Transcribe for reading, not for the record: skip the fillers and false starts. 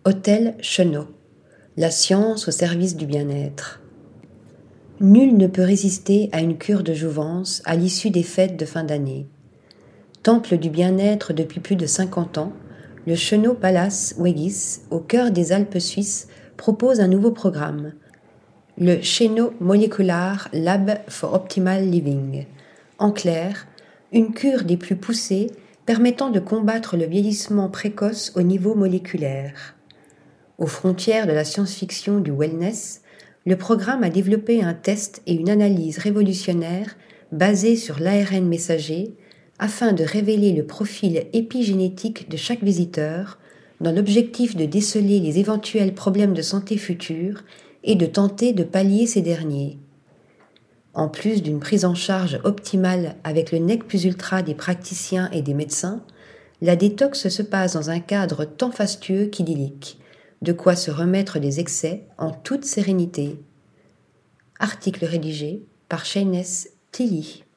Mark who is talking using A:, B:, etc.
A: Hôtel Chenot, la science au service du bien-être. Nul ne peut résister à une cure de jouvence à l'issue des fêtes de fin d'année. Temple du bien-être depuis plus de 50 ans, le Chenot Palace Weggis, au cœur des Alpes suisses, propose un nouveau programme, le Chenot Molecular Lab for Optimal Living. En clair, une cure des plus poussées permettant de combattre le vieillissement précoce au niveau moléculaire. Aux frontières de la science-fiction du wellness, le programme a développé un test et une analyse révolutionnaire basés sur l'ARN messager afin de révéler le profil épigénétique de chaque visiteur dans l'objectif de déceler les éventuels problèmes de santé futurs et de tenter de pallier ces derniers. En plus d'une prise en charge optimale avec le nec plus ultra des praticiens et des médecins, la détox se passe dans un cadre tant fastueux qu'idyllique, de quoi se remettre des excès en toute sérénité. Article rédigé par Shayness Tilly.